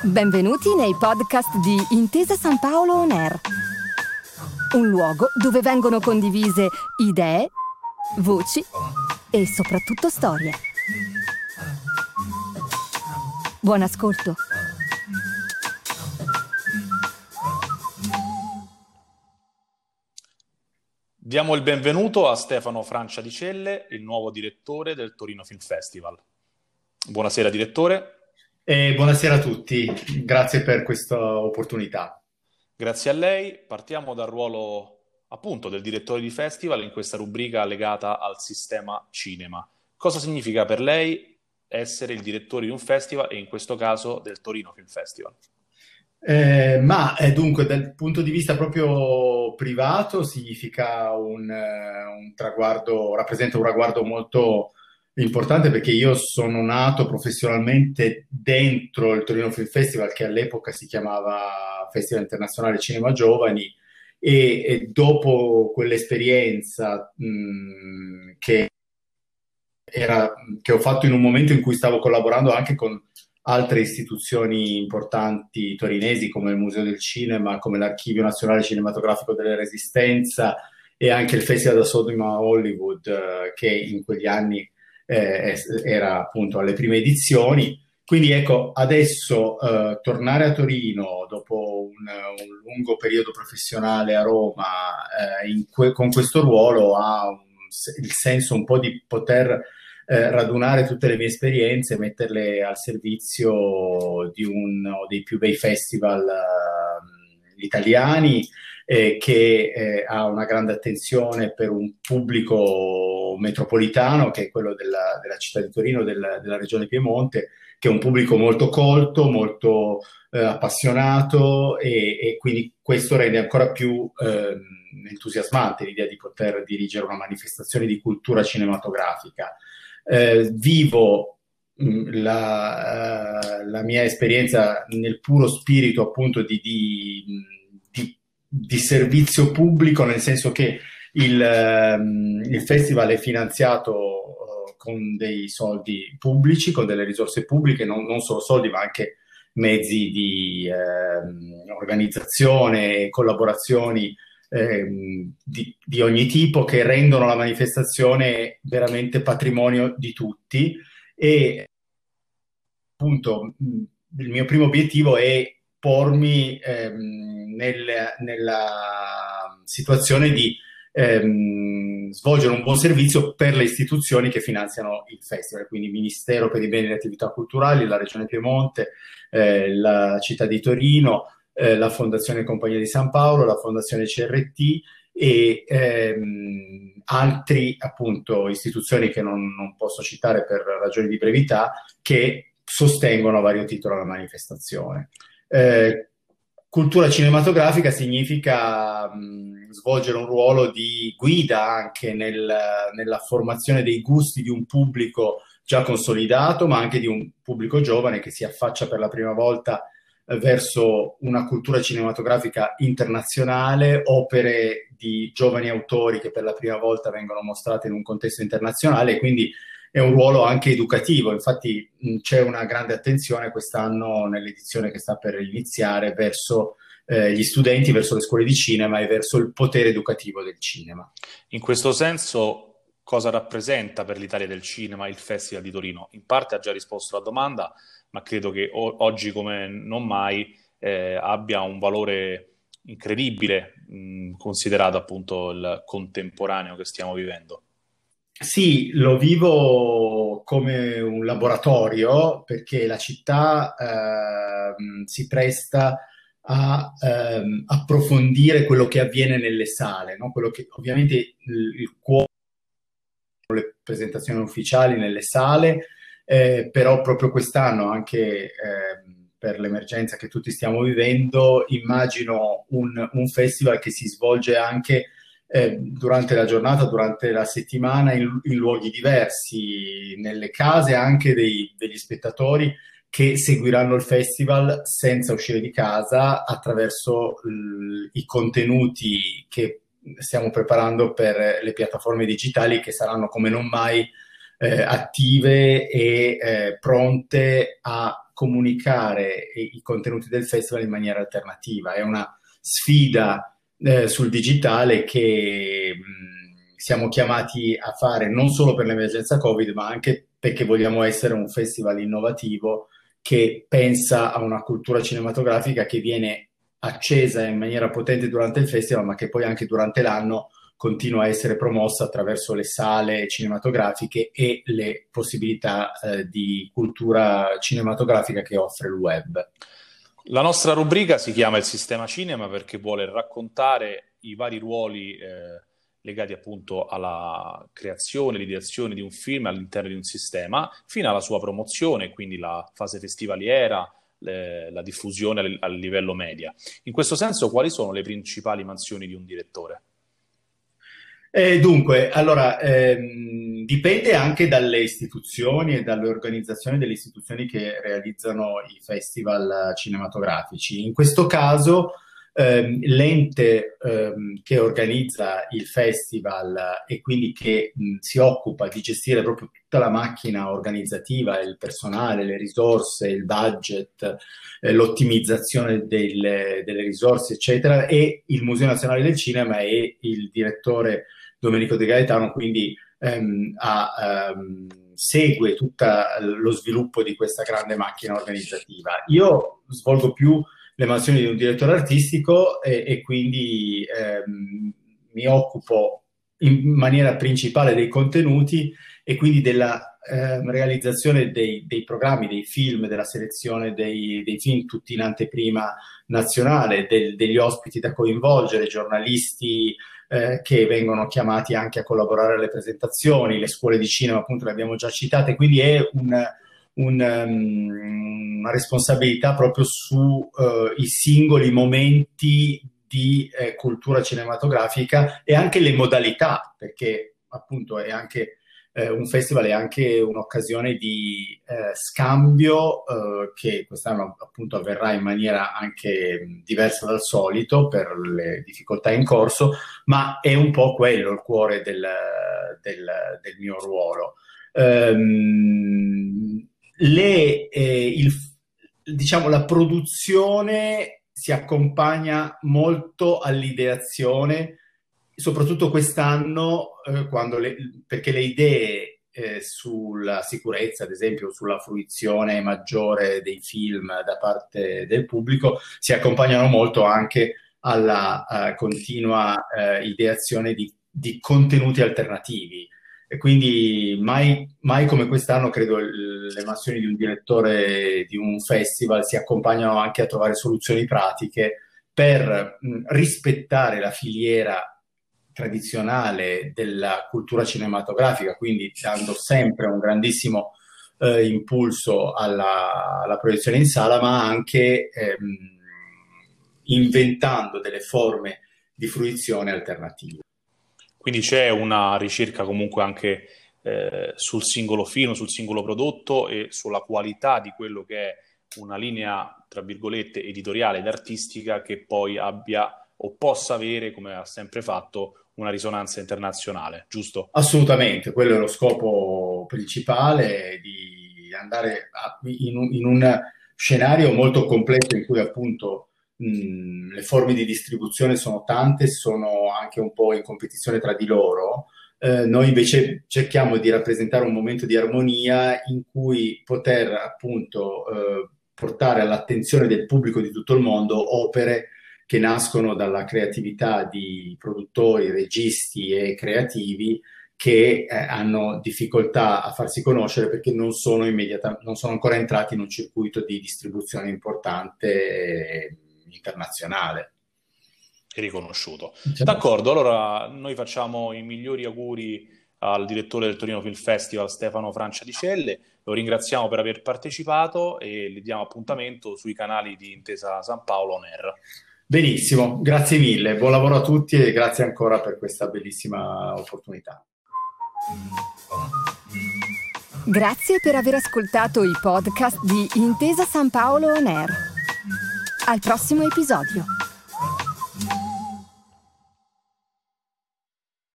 Benvenuti nei podcast di Intesa San Paolo On Air, un luogo dove vengono condivise idee, voci e soprattutto storie. Buon ascolto. Diamo il benvenuto a Stefano Francia di Celle, il nuovo direttore del Torino Film Festival. Buonasera direttore. Buonasera a tutti, grazie per questa opportunità. Grazie a lei. Partiamo dal ruolo appunto del direttore di festival in questa rubrica legata al sistema cinema. Cosa significa per lei essere il direttore di un festival e in questo caso del Torino Film Festival? Dunque, dal punto di vista proprio privato significa un traguardo, rappresenta un traguardo molto importante, perché io sono nato professionalmente dentro il Torino Film Festival, che all'epoca si chiamava Festival Internazionale Cinema Giovani, e dopo quell'esperienza che ho fatto in un momento in cui stavo collaborando anche con altre istituzioni importanti torinesi come il Museo del Cinema, come l'Archivio Nazionale Cinematografico della Resistenza e anche il Festival da Sodoma Hollywood, che in quegli anni era appunto alle prime edizioni. Quindi ecco, adesso tornare a Torino dopo un lungo periodo professionale a Roma con questo ruolo ha il senso un po' di poter radunare tutte le mie esperienze e metterle al servizio di uno dei più bei festival italiani, che ha una grande attenzione per un pubblico metropolitano, che è quello della città di Torino, della regione Piemonte, che è un pubblico molto colto, molto appassionato, e quindi questo rende ancora più entusiasmante l'idea di poter dirigere una manifestazione di cultura cinematografica. Vivo la mia esperienza nel puro spirito appunto di servizio pubblico, nel senso che il festival è finanziato con dei soldi pubblici, con delle risorse pubbliche, non solo soldi ma anche mezzi di organizzazione e collaborazioni di ogni tipo, che rendono la manifestazione veramente patrimonio di tutti. E appunto il mio primo obiettivo è pormi nella situazione di svolgere un buon servizio per le istituzioni che finanziano il festival, quindi il Ministero per i beni e le attività culturali, la Regione Piemonte, la città di Torino, la Fondazione Compagnia di San Paolo, la Fondazione CRT e altri appunto istituzioni che non posso citare per ragioni di brevità, che sostengono a vario titolo la manifestazione. Cultura cinematografica significa svolgere un ruolo di guida anche nella formazione dei gusti di un pubblico già consolidato, ma anche di un pubblico giovane che si affaccia per la prima volta verso una cultura cinematografica internazionale, opere di giovani autori che per la prima volta vengono mostrate in un contesto internazionale, quindi è un ruolo anche educativo. Infatti c'è una grande attenzione quest'anno nell'edizione che sta per iniziare verso gli studenti, verso le scuole di cinema e verso il potere educativo del cinema. In questo senso, cosa rappresenta per l'Italia del cinema il Festival di Torino? In parte ha già risposto alla domanda, ma credo che oggi come non mai abbia un valore incredibile, considerato appunto il contemporaneo che stiamo vivendo. Sì, lo vivo come un laboratorio, perché la città si presta a approfondire quello che avviene nelle sale, no? Quello che ovviamente il cuore, le presentazioni ufficiali nelle sale, però proprio quest'anno, anche per l'emergenza che tutti stiamo vivendo, immagino un festival che si svolge anche durante la giornata, durante la settimana, in luoghi diversi, nelle case anche degli spettatori che seguiranno il festival senza uscire di casa, attraverso i contenuti che stiamo preparando per le piattaforme digitali, che saranno come non mai attive e pronte a comunicare i contenuti del festival in maniera alternativa. È una sfida sul digitale che siamo chiamati a fare non solo per l'emergenza Covid, ma anche perché vogliamo essere un festival innovativo che pensa a una cultura cinematografica che viene accesa in maniera potente durante il festival, ma che poi anche durante l'anno continua a essere promossa attraverso le sale cinematografiche e le possibilità di cultura cinematografica che offre il web. La nostra rubrica si chiama Il Sistema Cinema perché vuole raccontare i vari ruoli legati appunto alla creazione, l'ideazione di un film all'interno di un sistema, fino alla sua promozione, quindi la fase festivaliera, la diffusione a livello media. In questo senso, quali sono le principali mansioni di un direttore? Dunque, allora, dipende anche dalle istituzioni e dalle organizzazioni delle istituzioni che realizzano i festival cinematografici. In questo caso, l'ente che organizza il festival e quindi che si occupa di gestire proprio tutta la macchina organizzativa, il personale, le risorse, il budget, l'ottimizzazione delle risorse, eccetera, è il Museo Nazionale del Cinema e il direttore Domenico De Gaetano, quindi segue tutto lo sviluppo di questa grande macchina organizzativa. Io svolgo più le mansioni di un direttore artistico e quindi mi occupo in maniera principale dei contenuti e quindi della realizzazione dei programmi, dei film, della selezione dei film tutti in anteprima nazionale, degli ospiti da coinvolgere, giornalisti che vengono chiamati anche a collaborare alle presentazioni, le scuole di cinema appunto le abbiamo già citate, quindi è una responsabilità proprio su i singoli momenti di cultura cinematografica e anche le modalità, perché appunto è anche un festival, è anche un'occasione di scambio che quest'anno appunto avverrà in maniera anche diversa dal solito per le difficoltà in corso, ma è un po' quello il cuore del mio ruolo. Diciamo, la produzione si accompagna molto all'ideazione, soprattutto quest'anno, perché le idee sulla sicurezza, ad esempio sulla fruizione maggiore dei film da parte del pubblico, si accompagnano molto anche alla continua ideazione di contenuti alternativi. E quindi mai come quest'anno credo le mansioni di un direttore di un festival si accompagnano anche a trovare soluzioni pratiche per rispettare la filiera tradizionale della cultura cinematografica, quindi dando sempre un grandissimo impulso alla proiezione in sala, ma anche inventando delle forme di fruizione alternative. Quindi c'è una ricerca comunque anche sul singolo film, sul singolo prodotto e sulla qualità di quello che è una linea, tra virgolette, editoriale ed artistica che poi abbia o possa avere, come ha sempre fatto, una risonanza internazionale, giusto? Assolutamente, quello è lo scopo principale, di andare in un scenario molto complesso in cui appunto le forme di distribuzione sono tante, sono anche un po' in competizione tra di loro. Noi invece cerchiamo di rappresentare un momento di armonia in cui poter appunto portare all'attenzione del pubblico di tutto il mondo opere che nascono dalla creatività di produttori, registi e creativi che hanno difficoltà a farsi conoscere perché non sono ancora entrati in un circuito di distribuzione importante internazionale. E riconosciuto. Certo. D'accordo, allora noi facciamo i migliori auguri al direttore del Torino Film Festival, Stefano Francia di Celle, lo ringraziamo per aver partecipato e gli diamo appuntamento sui canali di Intesa San Paolo On Air. Benissimo, grazie mille, buon lavoro a tutti e grazie ancora per questa bellissima opportunità. Grazie per aver ascoltato i podcast di Intesa San Paolo On Air. Al prossimo episodio.